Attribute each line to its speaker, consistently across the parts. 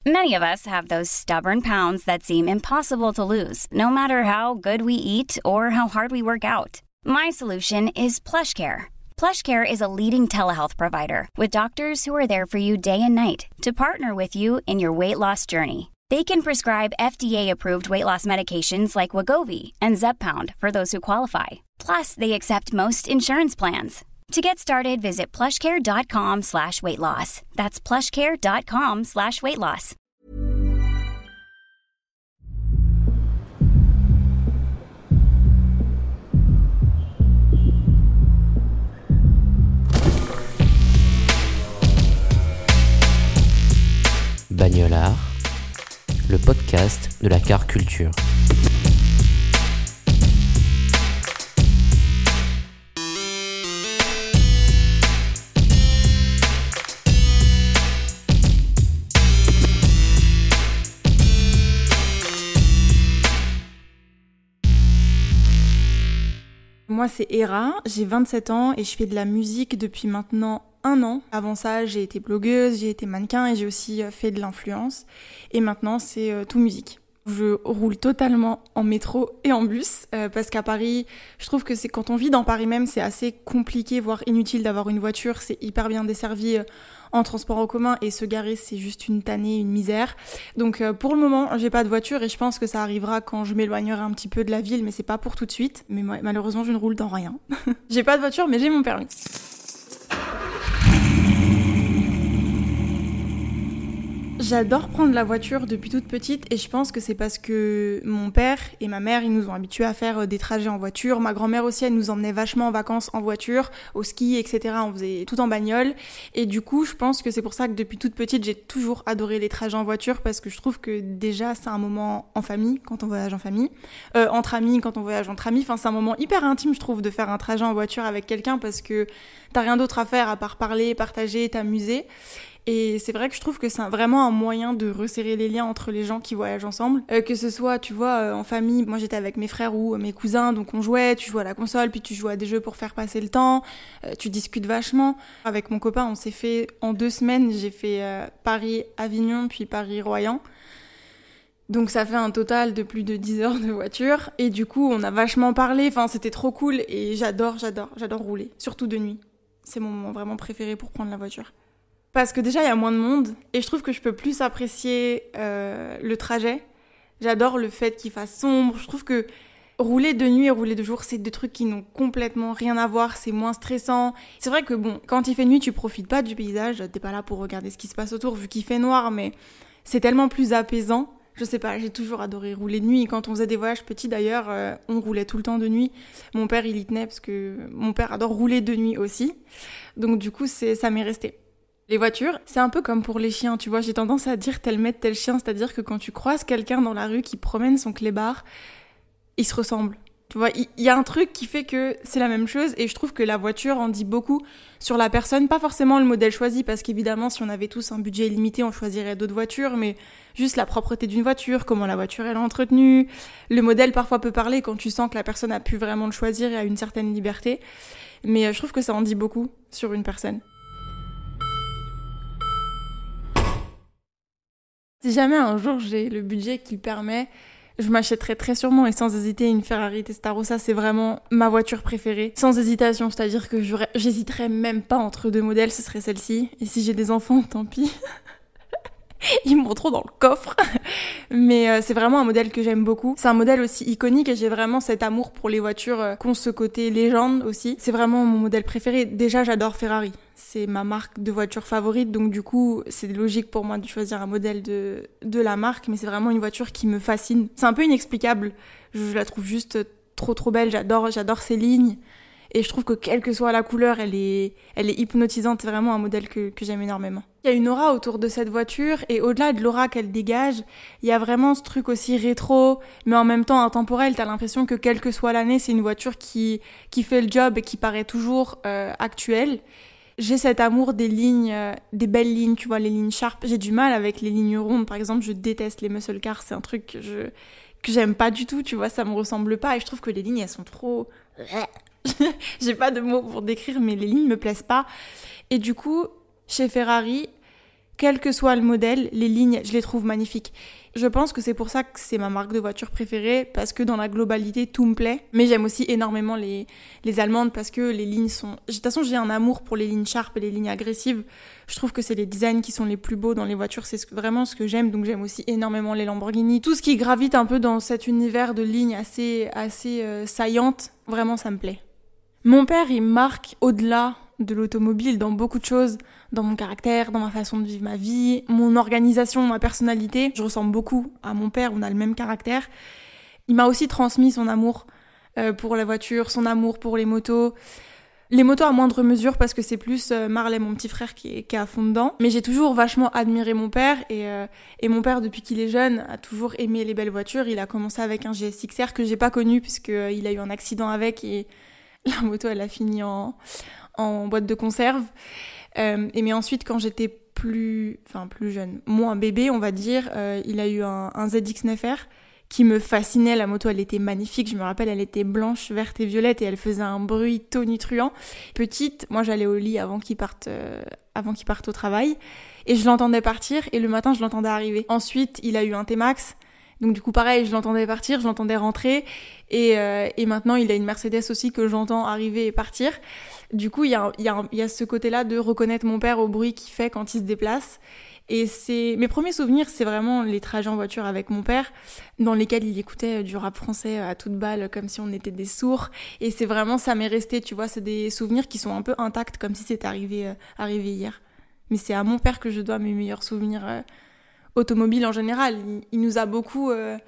Speaker 1: Many of us have those stubborn pounds that seem impossible to lose, no matter how good we eat or how hard we work out. My solution is PlushCare. PlushCare is a leading telehealth provider with doctors who are there for you day and night to partner with you in your weight loss journey. They can prescribe FDA-approved weight loss medications like Wegovy and Zepbound for those who qualify. Plus, they accept most insurance plans. To get started, visit plushcare.com/weightloss. That's plushcare.com/weightloss.
Speaker 2: Bagnolard, le podcast de la car culture.
Speaker 3: Moi, c'est Hera, j'ai 27 ans et je fais de la musique depuis maintenant 1 an. Avant ça, j'ai été blogueuse, j'ai été mannequin et j'ai aussi fait de l'influence. Et maintenant, c'est tout musique. Je roule totalement en métro et en bus parce qu'à Paris, je trouve que c'est quand on vit dans Paris même, c'est assez compliqué, voire inutile d'avoir une voiture. C'est hyper bien desservi en transport en commun et se garer, c'est juste une tannée, une misère. Donc pour le moment, j'ai pas de voiture et je pense que ça arrivera quand je m'éloignerai un petit peu de la ville, mais c'est pas pour tout de suite. Mais malheureusement, je ne roule dans rien. J'ai pas de voiture, mais j'ai mon permis. J'adore prendre la voiture depuis toute petite et je pense que c'est parce que mon père et ma mère, ils nous ont habitués à faire des trajets en voiture. Ma grand-mère aussi, elle nous emmenait vachement en vacances en voiture, au ski, etc. On faisait tout en bagnole. Et du coup, je pense que c'est pour ça que depuis toute petite, j'ai toujours adoré les trajets en voiture parce que je trouve que déjà, c'est un moment en famille, quand on voyage en famille. Entre amis, quand on voyage entre amis. Enfin, c'est un moment hyper intime, je trouve, de faire un trajet en voiture avec quelqu'un parce que t'as rien d'autre à faire à part parler, partager, t'amuser. Et c'est vrai que je trouve que c'est vraiment un moyen de resserrer les liens entre les gens qui voyagent ensemble. Que ce soit, tu vois, en famille, moi j'étais avec mes frères ou mes cousins, donc on jouait, tu joues à la console, puis tu joues à des jeux pour faire passer le temps, tu discutes vachement. Avec mon copain, on s'est fait, en 2 semaines, j'ai fait Paris-Avignon, puis Paris-Royan. Donc ça fait un total de plus de 10 heures de voiture. Et du coup, on a vachement parlé, enfin c'était trop cool et j'adore rouler, surtout de nuit. C'est mon moment vraiment préféré pour prendre la voiture. Parce que déjà, il y a moins de monde et je trouve que je peux plus apprécier le trajet. J'adore le fait qu'il fasse sombre. Je trouve que rouler de nuit et rouler de jour, c'est 2 trucs qui n'ont complètement rien à voir. C'est moins stressant. C'est vrai que bon, quand il fait nuit, tu profites pas du paysage. T'es pas là pour regarder ce qui se passe autour vu qu'il fait noir, mais c'est tellement plus apaisant. Je sais pas, j'ai toujours adoré rouler de nuit. Quand on faisait des voyages petits d'ailleurs, on roulait tout le temps de nuit. Mon père, il y tenait parce que mon père adore rouler de nuit aussi. Donc du coup, ça m'est resté. Les voitures, c'est un peu comme pour les chiens, tu vois, j'ai tendance à dire tel maître, tel chien, c'est-à-dire que quand tu croises quelqu'un dans la rue qui promène son clébard, ils se ressemblent. Tu vois, il y a un truc qui fait que c'est la même chose et je trouve que la voiture en dit beaucoup sur la personne, pas forcément le modèle choisi parce qu'évidemment si on avait tous un budget illimité on choisirait d'autres voitures, mais juste la propreté d'une voiture, comment la voiture elle est entretenue, le modèle parfois peut parler quand tu sens que la personne a pu vraiment le choisir et a une certaine liberté, mais je trouve que ça en dit beaucoup sur une personne. Si jamais un jour j'ai le budget qui le permet, je m'achèterai très sûrement et sans hésiter une Ferrari Testarossa, c'est vraiment ma voiture préférée. Sans hésitation, c'est-à-dire que j'hésiterais même pas entre 2 modèles, ce serait celle-ci. Et si j'ai des enfants, tant pis. Ils me montreront dans le coffre. Mais c'est vraiment un modèle que j'aime beaucoup. C'est un modèle aussi iconique et j'ai vraiment cet amour pour les voitures qui ont ce côté légende aussi. C'est vraiment mon modèle préféré. Déjà, j'adore Ferrari. C'est ma marque de voiture favorite, donc du coup, c'est logique pour moi de choisir un modèle de la marque, mais c'est vraiment une voiture qui me fascine. C'est un peu inexplicable. Je la trouve juste trop belle. J'adore ses lignes. Et je trouve que quelle que soit la couleur, elle est hypnotisante. C'est vraiment un modèle que j'aime énormément. Il y a une aura autour de cette voiture et au-delà de l'aura qu'elle dégage, il y a vraiment ce truc aussi rétro, mais en même temps intemporel. T'as l'impression que quelle que soit l'année, c'est une voiture qui fait le job et qui paraît toujours actuelle. J'ai cet amour des lignes, des belles lignes, tu vois, les lignes sharp. J'ai du mal avec les lignes rondes. Par exemple, je déteste les muscle cars. C'est un truc que j'aime pas du tout, tu vois, ça me ressemble pas. Et je trouve que les lignes, elles sont trop... J'ai pas de mots pour décrire, mais les lignes me plaisent pas. Et du coup, chez Ferrari, quel que soit le modèle, les lignes, je les trouve magnifiques. Je pense que c'est pour ça que c'est ma marque de voiture préférée, parce que dans la globalité, tout me plaît. Mais j'aime aussi énormément les allemandes, parce que les lignes sont... De toute façon, j'ai un amour pour les lignes sharp et les lignes agressives. Je trouve que c'est les designs qui sont les plus beaux dans les voitures, c'est vraiment ce que j'aime, donc j'aime aussi énormément les Lamborghini. Tout ce qui gravite un peu dans cet univers de lignes assez saillantes, vraiment ça me plaît. Mon père, il marque au-delà de l'automobile dans beaucoup de choses, dans mon caractère, dans ma façon de vivre ma vie, mon organisation, ma personnalité. Je ressemble beaucoup à mon père, on a le même caractère. Il m'a aussi transmis son amour pour la voiture, son amour pour les motos. Les motos à moindre mesure parce que c'est plus Marley, mon petit frère, qui est à fond dedans. Mais j'ai toujours vachement admiré mon père et mon père, depuis qu'il est jeune, a toujours aimé les belles voitures. Il a commencé avec un GSX-R que j'ai pas connu puisqu'il a eu un accident avec et la moto, elle a fini en boîte de conserve. Mais ensuite, quand j'étais plus jeune, moins bébé, on va dire, il a eu un ZX9R qui me fascinait. La moto, elle était magnifique. Je me rappelle, elle était blanche, verte et violette et elle faisait un bruit tonitruant. Petite, moi, j'allais au lit avant qu'il parte au travail et je l'entendais partir et le matin, je l'entendais arriver. Ensuite, il a eu un T-Max. Donc du coup, pareil, je l'entendais partir, je l'entendais rentrer. Et maintenant, il a une Mercedes aussi que j'entends arriver et partir. Du coup, il y a ce côté-là de reconnaître mon père au bruit qu'il fait quand il se déplace. Et mes premiers souvenirs, c'est vraiment les trajets en voiture avec mon père, dans lesquels il écoutait du rap français à toute balle, comme si on était des sourds. Et c'est vraiment, ça m'est resté, tu vois, c'est des souvenirs qui sont un peu intacts, comme si c'était arrivé hier. Mais c'est à mon père que je dois mes meilleurs souvenirs automobile en général. Il nous a beaucoup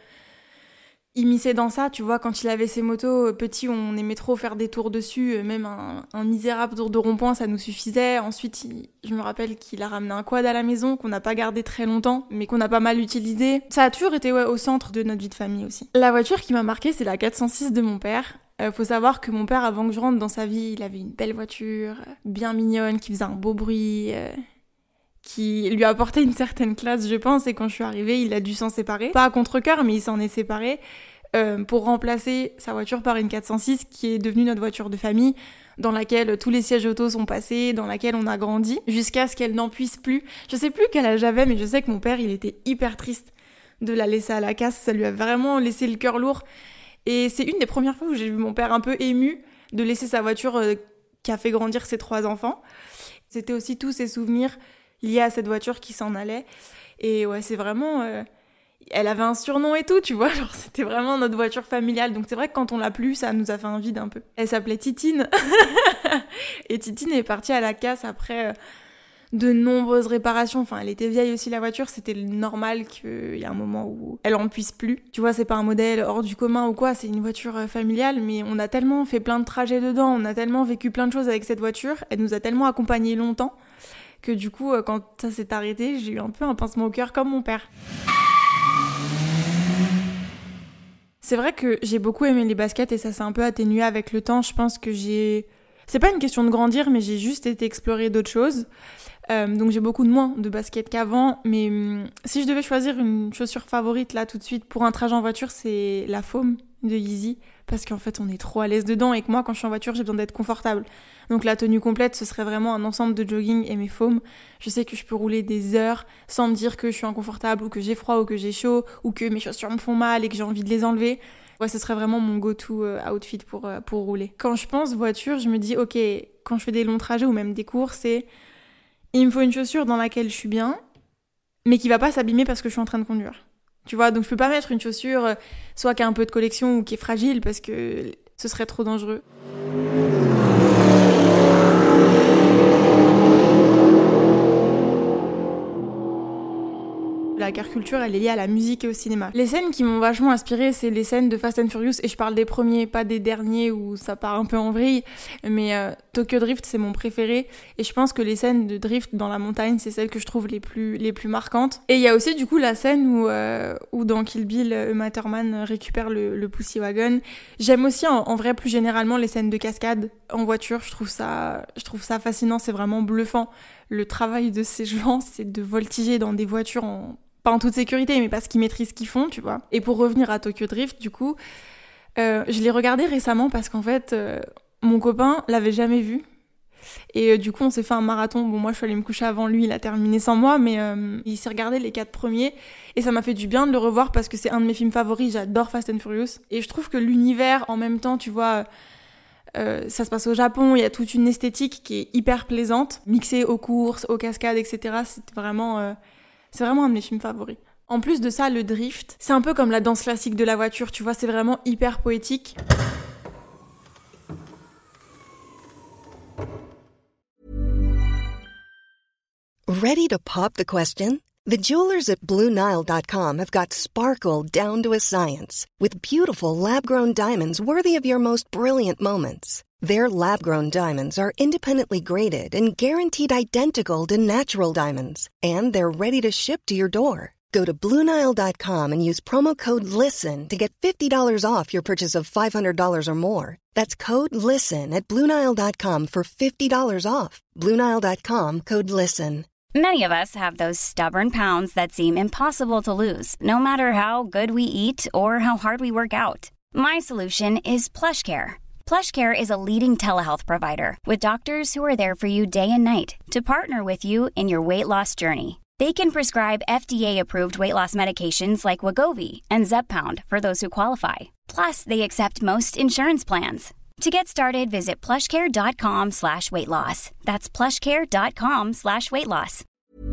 Speaker 3: immiscé dans ça, tu vois, quand il avait ses motos, petit, on aimait trop faire des tours dessus, même un misérable tour de rond-point, ça nous suffisait. Ensuite, je me rappelle qu'il a ramené un quad à la maison, qu'on n'a pas gardé très longtemps, mais qu'on a pas mal utilisé. Ça a toujours été au centre de notre vie de famille aussi. La voiture qui m'a marquée, c'est la 406 de mon père. Faut savoir que mon père, avant que je rentre dans sa vie, il avait une belle voiture, bien mignonne, qui faisait un beau bruit... qui lui a apporté une certaine classe, je pense, et quand je suis arrivée, il a dû s'en séparer. Pas à contre-cœur, mais il s'en est séparé pour remplacer sa voiture par une 406 qui est devenue notre voiture de famille, dans laquelle tous les sièges auto sont passés, dans laquelle on a grandi, jusqu'à ce qu'elle n'en puisse plus. Je sais plus quel âge j'avais, mais je sais que mon père, il était hyper triste de la laisser à la casse, ça lui a vraiment laissé le cœur lourd. Et c'est une des premières fois où j'ai vu mon père un peu ému de laisser sa voiture qui a fait grandir ses 3 enfants. C'était aussi tous ses souvenirs liée à cette voiture qui s'en allait. Et ouais, c'est vraiment... elle avait un surnom et tout, tu vois, genre c'était vraiment notre voiture familiale. Donc c'est vrai que quand on l'a plus, ça nous a fait un vide un peu. Elle s'appelait Titine. Et Titine est partie à la casse après de nombreuses réparations. Enfin, elle était vieille aussi, la voiture. C'était normal qu'il y ait un moment où elle en puisse plus. Tu vois, c'est pas un modèle hors du commun ou quoi, c'est une voiture familiale, mais on a tellement fait plein de trajets dedans, on a tellement vécu plein de choses avec cette voiture, elle nous a tellement accompagnés longtemps que du coup, quand ça s'est arrêté, j'ai eu un peu un pincement au cœur comme mon père. C'est vrai que j'ai beaucoup aimé les baskets et ça s'est un peu atténué avec le temps. Je pense que c'est pas une question de grandir, mais j'ai juste été explorer d'autres choses. Donc j'ai beaucoup de moins de baskets qu'avant. Mais si je devais choisir une chaussure favorite là tout de suite pour un trajet en voiture, c'est la Foam de Yeezy. Parce qu'en fait, on est trop à l'aise dedans et que moi, quand je suis en voiture, j'ai besoin d'être confortable. Donc la tenue complète, ce serait vraiment un ensemble de jogging et mes foams. Je sais que je peux rouler des heures sans me dire que je suis inconfortable ou que j'ai froid ou que j'ai chaud ou que mes chaussures me font mal et que j'ai envie de les enlever. Ouais, ce serait vraiment mon go-to outfit pour rouler. Quand je pense voiture, je me dis, ok, quand je fais des longs trajets ou même des courses, il me faut une chaussure dans laquelle je suis bien, mais qui va pas s'abîmer parce que je suis en train de conduire. Tu vois, donc je peux pas mettre une chaussure soit qui a un peu de collection ou qui est fragile parce que ce serait trop dangereux. La car culture, elle est liée à la musique et au cinéma. Les scènes qui m'ont vachement inspirée, c'est les scènes de Fast and Furious, et je parle des premiers, pas des derniers où ça part un peu en vrille, mais Tokyo Drift, c'est mon préféré, et je pense que les scènes de drift dans la montagne, c'est celles que je trouve les plus marquantes. Et il y a aussi du coup la scène où dans Kill Bill, Uma Thurman récupère le Pussy Wagon. J'aime aussi en vrai plus généralement les scènes de cascade en voiture, je trouve ça fascinant, c'est vraiment bluffant. Le travail de ces gens, c'est de voltiger dans des voitures pas en toute sécurité, mais parce qu'ils maîtrisent ce qu'ils font, tu vois. Et pour revenir à Tokyo Drift, du coup, je l'ai regardé récemment parce qu'en fait, mon copain l'avait jamais vu. Et du coup, on s'est fait un marathon. Bon, moi, je suis allée me coucher avant lui, il a terminé sans moi, mais il s'est regardé les 4 premiers. Et ça m'a fait du bien de le revoir parce que c'est un de mes films favoris. J'adore Fast and Furious. Et je trouve que l'univers, en même temps, tu vois, ça se passe au Japon, il y a toute une esthétique qui est hyper plaisante, mixée aux courses, aux cascades, etc. C'est vraiment un de mes films favoris. En plus de ça, le drift, c'est un peu comme la danse classique de la voiture, tu vois, c'est vraiment hyper poétique.
Speaker 4: Ready to pop the question? The jewelers at BlueNile.com have got sparkle down to a science with beautiful lab-grown diamonds worthy of your most brilliant moments. Their lab-grown diamonds are independently graded and guaranteed identical to natural diamonds, and they're ready to ship to your door. Go to BlueNile.com and use promo code LISTEN to get $50 off your purchase of $500 or more. That's code LISTEN at BlueNile.com for $50 off. BlueNile.com, code LISTEN.
Speaker 1: Many of us have those stubborn pounds that seem impossible to lose, no matter how good we eat or how hard we work out. My solution is PlushCare. PlushCare is a leading telehealth provider with doctors who are there for you day and night to partner with you in your weight loss journey. They can prescribe FDA-approved weight loss medications like Wegovy and Zepbound for those who qualify. Plus, they accept most insurance plans. To get started, visit plushcare.com/weightloss. That's plushcare.com/weightloss.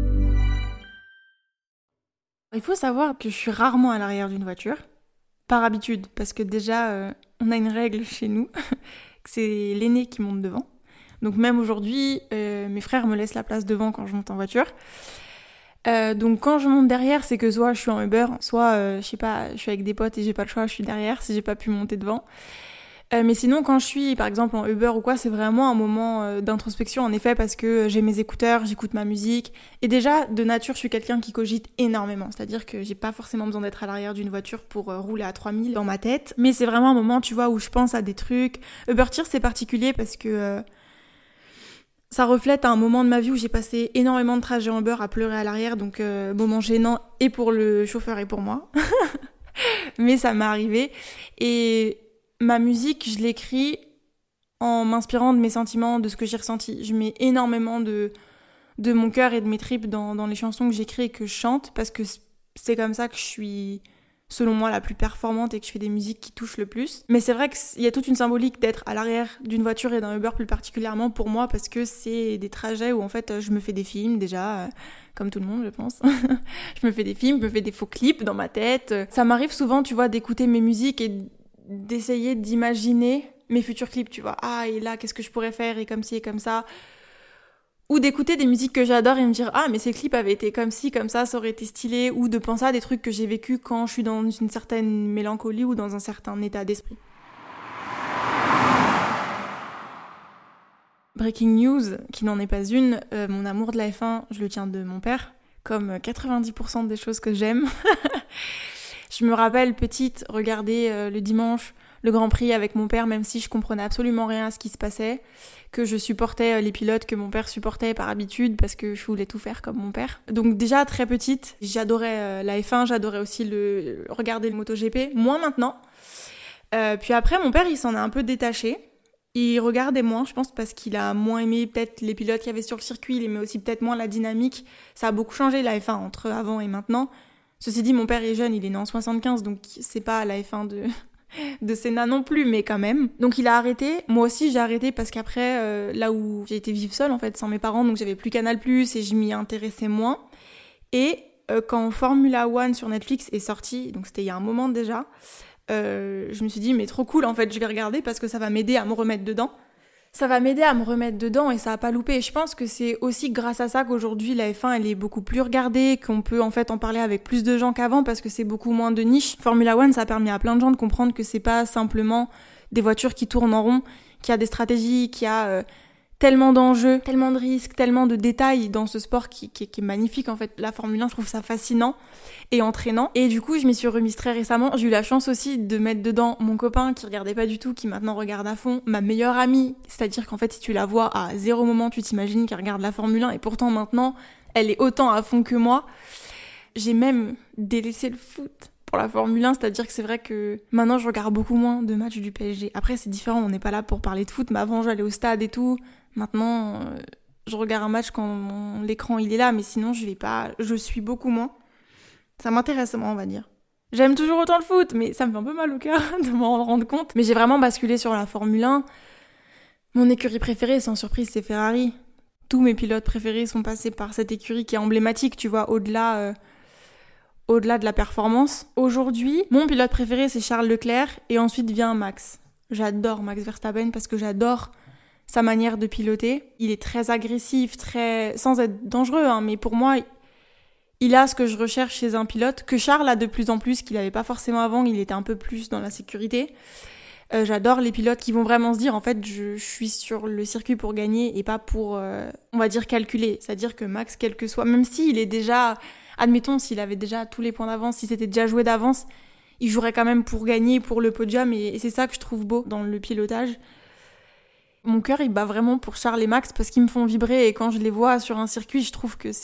Speaker 3: Il faut savoir que je suis rarement à l'arrière d'une voiture, par habitude, parce que déjà, on a une règle chez nous, que c'est l'aîné qui monte devant. Donc même aujourd'hui, mes frères me laissent la place devant quand je monte en voiture. Donc quand je monte derrière, c'est que soit je suis en Uber, soit je sais pas, je suis avec des potes et j'ai pas le choix, je suis derrière si j'ai pas pu monter devant. Mais sinon quand je suis par exemple en Uber ou quoi, c'est vraiment un moment d'introspection en effet parce que j'ai mes écouteurs, j'écoute ma musique et déjà de nature je suis quelqu'un qui cogite énormément, c'est-à-dire que j'ai pas forcément besoin d'être à l'arrière d'une voiture pour rouler à 3000 dans ma tête, mais c'est vraiment un moment tu vois où je pense à des trucs. Uber Tears c'est particulier parce que ça reflète un moment de ma vie où j'ai passé énormément de trajets en Uber à pleurer à l'arrière, donc moment gênant et pour le chauffeur et pour moi. Mais ça m'est arrivé. Et ma musique, je l'écris en m'inspirant de mes sentiments, de ce que j'ai ressenti. Je mets énormément de mon cœur et de mes tripes dans les chansons que j'écris et que je chante, parce que c'est comme ça que je suis, selon moi, la plus performante et que je fais des musiques qui touchent le plus. Mais c'est vrai qu'il y a toute une symbolique d'être à l'arrière d'une voiture et d'un Uber plus particulièrement pour moi parce que c'est des trajets où en fait je me fais des films déjà, comme tout le monde je pense. Je me fais des films, je me fais des faux clips dans ma tête. Ça m'arrive souvent tu vois d'écouter mes musiques et d'essayer d'imaginer mes futurs clips, tu vois. Ah et là qu'est-ce que je pourrais faire et comme ci et comme ça. Ou d'écouter des musiques que j'adore et me dire « Ah, mais ces clips avaient été comme ci, comme ça aurait été stylé. » Ou de penser à des trucs que j'ai vécu quand je suis dans une certaine mélancolie ou dans un certain état d'esprit. Breaking news, qui n'en est pas une, mon amour de la F1, je le tiens de mon père, comme 90% des choses que j'aime. Je me rappelle, petite, regarder le dimanche le Grand Prix avec mon père, même si je comprenais absolument rien à ce qui se passait, que je supportais les pilotes que mon père supportait par habitude parce que je voulais tout faire comme mon père. Donc déjà très petite, j'adorais la F1, j'adorais aussi regarder le MotoGP, moins maintenant. Puis après mon père il s'en a un peu détaché, il regardait moins je pense parce qu'il a moins aimé peut-être les pilotes qu'il y avait sur le circuit, il aimait aussi peut-être moins la dynamique, ça a beaucoup changé la F1 entre avant et maintenant. Ceci dit mon père est jeune, il est né en 75 donc c'est pas la F1 de Senna non plus, mais quand même. Donc il a arrêté, moi aussi j'ai arrêté parce qu'après, là où j'ai été vivre seule en fait, sans mes parents, donc j'avais plus Canal+, et je m'y intéressais moins. Et quand Formula One sur Netflix est sorti, donc c'était il y a un moment déjà, je me suis dit mais trop cool en fait, je vais regarder parce que ça va m'aider à me remettre dedans. Ça va m'aider à me remettre dedans et ça a pas loupé. Et je pense que c'est aussi grâce à ça qu'aujourd'hui la F1 elle est beaucoup plus regardée, qu'on peut en fait en parler avec plus de gens qu'avant parce que c'est beaucoup moins de niche. Formula One ça a permis à plein de gens de comprendre que c'est pas simplement des voitures qui tournent en rond, qu'il y a des stratégies, qu'il y a tellement d'enjeux, tellement de risques, tellement de détails dans ce sport qui est magnifique en fait. La Formule 1 je trouve ça fascinant et entraînant. Et du coup je m'y suis remise très récemment. J'ai eu la chance aussi de mettre dedans mon copain qui regardait pas du tout, qui maintenant regarde à fond, ma meilleure amie, c'est-à-dire qu'en fait si tu la vois à 0 moment tu t'imagines qu'elle regarde la Formule 1 et pourtant maintenant elle est autant à fond que moi. J'ai même délaissé le foot pour la Formule 1, c'est-à-dire que c'est vrai que maintenant je regarde beaucoup moins de matchs du PSG. Après c'est différent, on n'est pas là pour parler de foot, mais avant j'allais au stade et tout, Maintenant, je regarde un match quand l'écran il est là, mais sinon je suis beaucoup moins. Ça m'intéresse moins, on va dire. J'aime toujours autant le foot, mais ça me fait un peu mal au cœur de m'en rendre compte. Mais j'ai vraiment basculé sur la Formule 1. Mon écurie préférée, sans surprise, c'est Ferrari. Tous mes pilotes préférés sont passés par cette écurie qui est emblématique, tu vois, au-delà de la performance. Aujourd'hui, mon pilote préféré, c'est Charles Leclerc, et ensuite vient Max. J'adore Max Verstappen parce que j'adore sa manière de piloter. Il est très agressif, sans être dangereux, hein, mais pour moi, il a ce que je recherche chez un pilote, que Charles a de plus en plus, qu'il n'avait pas forcément avant, il était un peu plus dans la sécurité. J'adore les pilotes qui vont vraiment se dire, en fait, je suis sur le circuit pour gagner et pas pour, on va dire, calculer. C'est-à-dire que Max, quel que soit, même s'il est déjà, admettons, s'il avait déjà tous les points d'avance, si c'était déjà joué d'avance, il jouerait quand même pour gagner, pour le podium, et c'est ça que je trouve beau dans le pilotage. Mon cœur, il bat vraiment pour Charles et Max parce qu'ils me font vibrer, et quand je les vois sur un circuit, je trouve que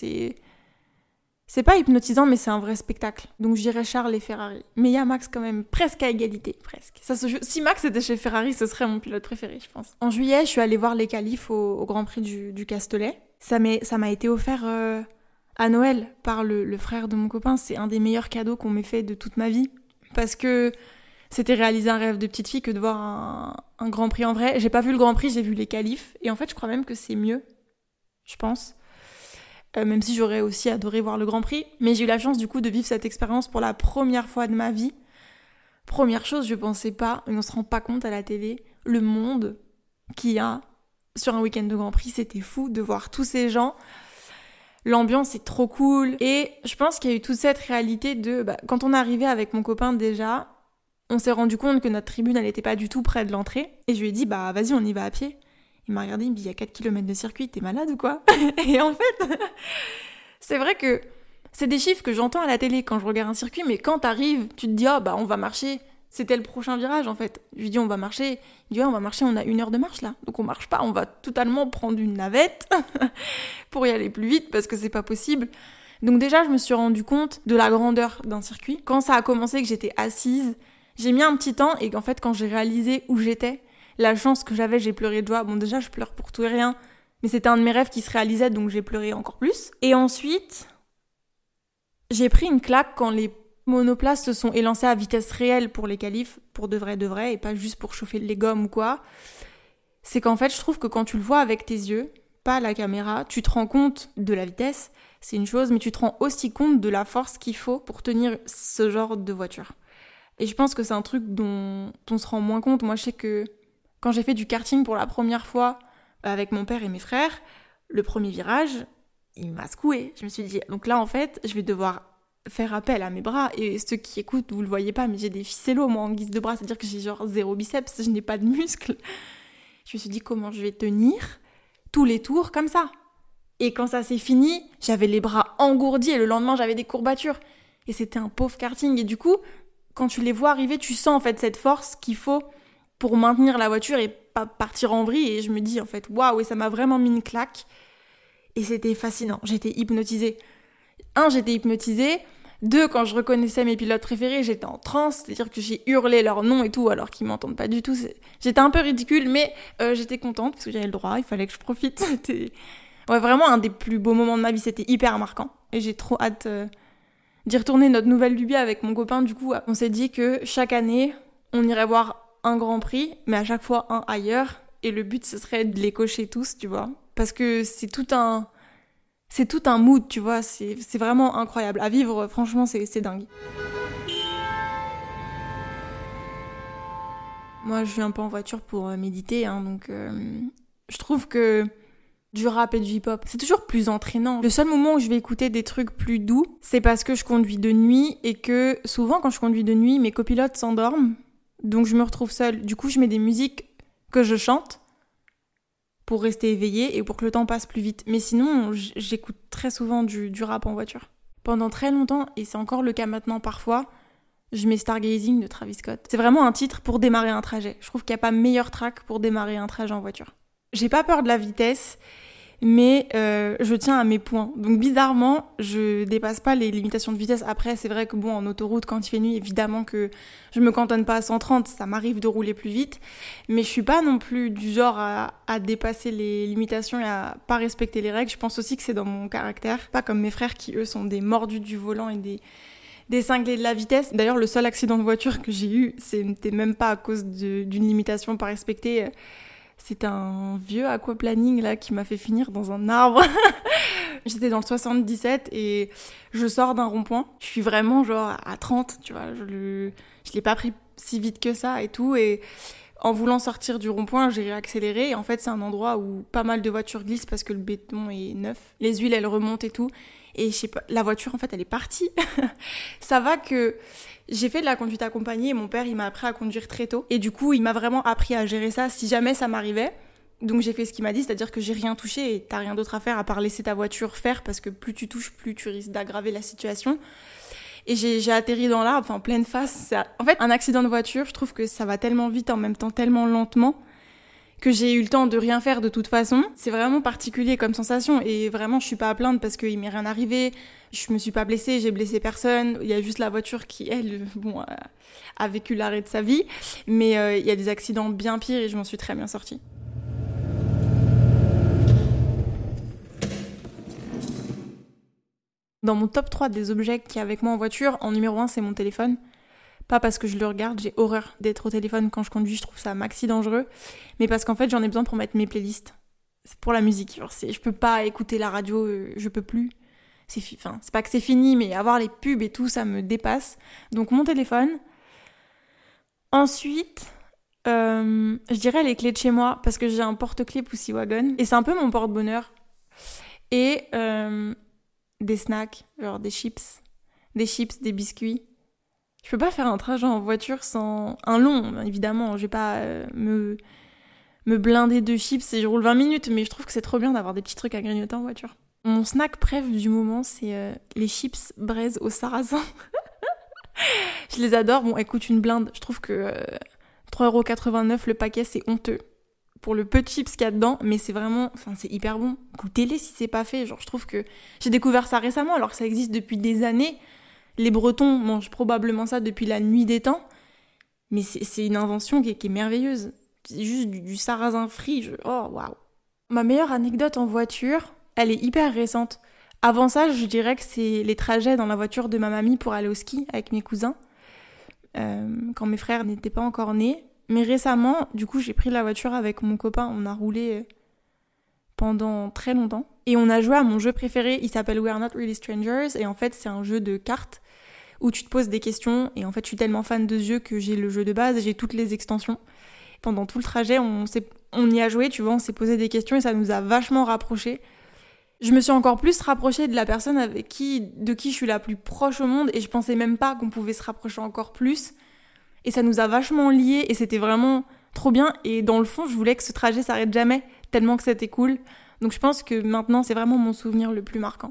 Speaker 3: c'est pas hypnotisant, mais c'est un vrai spectacle. Donc je dirais Charles et Ferrari. Mais il y a Max quand même, presque à égalité, presque. Ça se joue. Si Max était chez Ferrari, ce serait mon pilote préféré, je pense. En juillet, je suis allée voir les qualifs au Grand Prix du Castellet. Ça m'a été offert à Noël par le frère de mon copain. C'est un des meilleurs cadeaux qu'on m'ait fait de toute ma vie. Parce que c'était réaliser un rêve de petite fille que de voir un Grand Prix en vrai. J'ai pas vu le Grand Prix, j'ai vu les qualifs. Et en fait, je crois même que c'est mieux, je pense. Même si j'aurais aussi adoré voir le Grand Prix. Mais j'ai eu la chance du coup de vivre cette expérience pour la première fois de ma vie. Première chose, je pensais pas, et on se rend pas compte à la télé, le monde qu'il y a sur un week-end de Grand Prix. C'était fou de voir tous ces gens. L'ambiance est trop cool. Et je pense qu'il y a eu toute cette réalité de... quand on est arrivé avec mon copain déjà, on s'est rendu compte que notre tribune, elle était pas du tout près de l'entrée. Et je lui ai dit, vas-y, on y va à pied. Il m'a regardé, il me dit, il y a 4 km de circuit, t'es malade ou quoi? Et en fait, c'est vrai que c'est des chiffres que j'entends à la télé quand je regarde un circuit, mais quand t'arrives, tu te dis, on va marcher, c'était le prochain virage en fait. Je lui dis, on va marcher. Il dit, on va marcher, on a 1 heure de marche là. Donc on marche pas, on va totalement prendre une navette pour y aller plus vite parce que c'est pas possible. Donc déjà, je me suis rendu compte de la grandeur d'un circuit. Quand ça a commencé, que j'étais assise, j'ai mis un petit temps, et qu'en fait, quand j'ai réalisé où j'étais, la chance que j'avais, j'ai pleuré de joie. Bon, déjà, je pleure pour tout et rien, mais c'était un de mes rêves qui se réalisait, donc j'ai pleuré encore plus. Et ensuite, j'ai pris une claque quand les monoplaces se sont élancés à vitesse réelle pour les qualifs, pour de vrai, et pas juste pour chauffer les gommes ou quoi. C'est qu'en fait, je trouve que quand tu le vois avec tes yeux, pas la caméra, tu te rends compte de la vitesse, c'est une chose, mais tu te rends aussi compte de la force qu'il faut pour tenir ce genre de voiture. Et je pense que c'est un truc dont on se rend moins compte. Moi, je sais que quand j'ai fait du karting pour la première fois avec mon père et mes frères, le premier virage, il m'a secoué. Je me suis dit, donc là, en fait, je vais devoir faire appel à mes bras. Et ceux qui écoutent, vous le voyez pas, mais j'ai des ficellos, moi, en guise de bras. C'est-à-dire que j'ai genre 0 biceps, je n'ai pas de muscles. Je me suis dit, comment je vais tenir tous les tours comme ça? Et quand ça s'est fini, j'avais les bras engourdis et le lendemain, j'avais des courbatures. Et c'était un pauvre karting. Et du coup, quand tu les vois arriver, tu sens en fait cette force qu'il faut pour maintenir la voiture et pas partir en vrille. Et je me dis en fait, waouh, et ça m'a vraiment mis une claque. Et c'était fascinant, j'étais hypnotisée. 1, j'étais hypnotisée. 2, quand je reconnaissais mes pilotes préférés, j'étais en transe, c'est-à-dire que j'ai hurlé leur nom et tout, alors qu'ils m'entendent pas du tout. J'étais un peu ridicule, mais j'étais contente, parce que j'avais le droit, il fallait que je profite. C'était vraiment un des plus beaux moments de ma vie, c'était hyper marquant. Et j'ai trop hâte d'y retourner. Notre nouvelle lubie avec mon copain, du coup, on s'est dit que chaque année, on irait voir un Grand Prix, mais à chaque fois un ailleurs. Et le but, ce serait de les cocher tous, tu vois. Parce que c'est tout un mood, tu vois. C'est vraiment incroyable. À vivre, franchement, c'est dingue. Moi, je suis un peu en voiture pour méditer, hein, donc je trouve que du rap et du hip-hop, c'est toujours plus entraînant. Le seul moment où je vais écouter des trucs plus doux, c'est parce que je conduis de nuit et que souvent, quand je conduis de nuit, mes copilotes s'endorment. Donc je me retrouve seule. Du coup, je mets des musiques que je chante pour rester éveillée et pour que le temps passe plus vite. Mais sinon, j'écoute très souvent du rap en voiture. Pendant très longtemps, et c'est encore le cas maintenant parfois, je mets Stargazing de Travis Scott. C'est vraiment un titre pour démarrer un trajet. Je trouve qu'il n'y a pas meilleur track pour démarrer un trajet en voiture. J'ai pas peur de la vitesse, mais je tiens à mes points. Donc bizarrement, je dépasse pas les limitations de vitesse. Après, c'est vrai que en autoroute, quand il fait nuit, évidemment que je me cantonne pas à 130, ça m'arrive de rouler plus vite, mais je suis pas non plus du genre à dépasser les limitations et à pas respecter les règles. Je pense aussi que c'est dans mon caractère, pas comme mes frères qui eux sont des mordus du volant et des cinglés de la vitesse. D'ailleurs, le seul accident de voiture que j'ai eu, c'était même pas à cause d'une limitation pas respectée. C'est un vieux aquaplaning là qui m'a fait finir dans un arbre. J'étais dans le 77 et je sors d'un rond-point. Je suis vraiment genre à 30, tu vois. Je l'ai pas pris si vite que ça et tout. Et en voulant sortir du rond-point, j'ai réaccéléré. Et en fait, c'est un endroit où pas mal de voitures glissent parce que le béton est neuf. Les huiles, elles remontent et tout. Et je sais pas, la voiture, en fait, elle est partie. Ça va que j'ai fait de la conduite accompagnée et mon père, il m'a appris à conduire très tôt. Et du coup, il m'a vraiment appris à gérer ça si jamais ça m'arrivait. Donc j'ai fait ce qu'il m'a dit, c'est-à-dire que j'ai rien touché et t'as rien d'autre à faire à part laisser ta voiture faire parce que plus tu touches, plus tu risques d'aggraver la situation. Et j'ai atterri dans l'arbre, en pleine face. En fait, un accident de voiture, je trouve que ça va tellement vite, en même temps tellement lentement, que j'ai eu le temps de rien faire de toute façon. C'est vraiment particulier comme sensation et vraiment je suis pas à plaindre parce qu'il m'est rien arrivé, je me suis pas blessée, j'ai blessé personne, il y a juste la voiture qui, elle, a vécu l'arrêt de sa vie, mais il y a des accidents bien pires et je m'en suis très bien sortie. Dans mon top 3 des objets qu'il y a avec moi en voiture, en numéro 1 c'est mon téléphone. Pas parce que je le regarde, j'ai horreur d'être au téléphone quand je conduis, je trouve ça maxi dangereux. Mais parce qu'en fait, j'en ai besoin pour mettre mes playlists. C'est pour la musique. Genre, je peux pas écouter la radio, je peux plus. C'est pas que c'est fini, mais avoir les pubs et tout, ça me dépasse. Donc mon téléphone. Ensuite, je dirais les clés de chez moi, parce que j'ai un porte-clés Pussy Wagon. Et c'est un peu mon porte-bonheur. Et des snacks, genre des chips, des biscuits. Je peux pas faire un trajet en voiture sans un long, évidemment. Je vais pas me blinder de chips et je roule 20 minutes, mais je trouve que c'est trop bien d'avoir des petits trucs à grignoter en voiture. Mon snack préf du moment, c'est les chips braise au sarrasin. Je les adore. Bon, elles coûtent une blinde. Je trouve que 3,89€ le paquet, c'est honteux pour le peu de chips qu'il y a dedans, mais c'est vraiment, c'est hyper bon. Goûtez-les si c'est pas fait. Genre, je trouve que j'ai découvert ça récemment, alors que ça existe depuis des années. Les Bretons mangent probablement ça depuis la nuit des temps, mais c'est une invention qui est merveilleuse. C'est juste du sarrasin frit, oh waouh. Ma meilleure anecdote en voiture, elle est hyper récente. Avant ça, je dirais que c'est les trajets dans la voiture de ma mamie pour aller au ski avec mes cousins, quand mes frères n'étaient pas encore nés. Mais récemment, du coup, j'ai pris la voiture avec mon copain, on a roulé pendant très longtemps. Et on a joué à mon jeu préféré, il s'appelle We Are Not Really Strangers, et en fait, c'est un jeu de cartes où tu te poses des questions, et en fait, je suis tellement fan de ce jeu que j'ai le jeu de base, et j'ai toutes les extensions. Pendant tout le trajet, on y a joué, tu vois, on s'est posé des questions, et ça nous a vachement rapprochés. Je me suis encore plus rapprochée de la personne de qui je suis la plus proche au monde, et je pensais même pas qu'on pouvait se rapprocher encore plus. Et ça nous a vachement liés, et c'était vraiment trop bien. Et dans le fond, je voulais que ce trajet s'arrête jamais, tellement que c'était cool. Donc je pense que maintenant, c'est vraiment mon souvenir le plus marquant.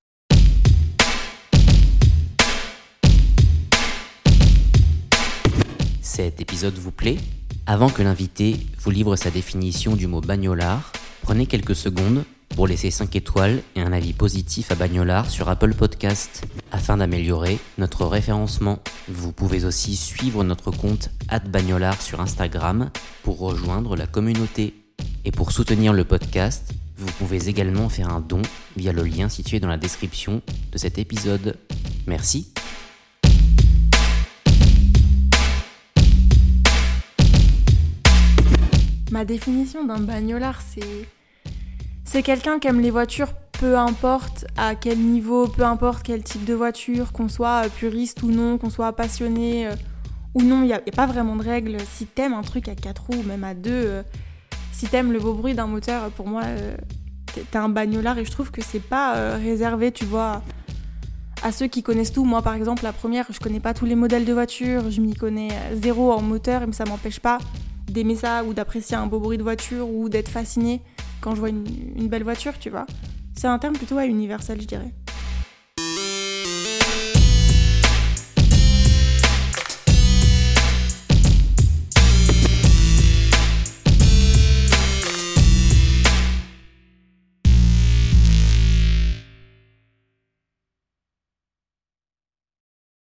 Speaker 2: Cet épisode vous plaît ? Avant que l'invité vous livre sa définition du mot bagnolard, prenez quelques secondes pour laisser 5 étoiles et un avis positif à Bagnolard sur Apple Podcast afin d'améliorer notre référencement. Vous pouvez aussi suivre notre compte @Bagnolard sur Instagram pour rejoindre la communauté. Et pour soutenir le podcast, vous pouvez également faire un don via le lien situé dans la description de cet épisode. Merci.
Speaker 3: Ma définition d'un bagnolard, c'est quelqu'un qui aime les voitures, peu importe à quel niveau, peu importe quel type de voiture, qu'on soit puriste ou non, qu'on soit passionné ou non, il n'y a pas vraiment de règles. Si t'aimes un truc à 4 roues ou même à 2, si t'aimes le beau bruit d'un moteur, pour moi, t'es un bagnolard. Et je trouve que c'est pas réservé, tu vois, à ceux qui connaissent tout. Moi, par exemple, la première, je connais pas tous les modèles de voitures, je m'y connais zéro en moteur, mais ça m'empêche pas d'aimer ça ou d'apprécier un beau bruit de voiture ou d'être fasciné quand je vois une belle voiture, tu vois. C'est un terme plutôt universel, je dirais.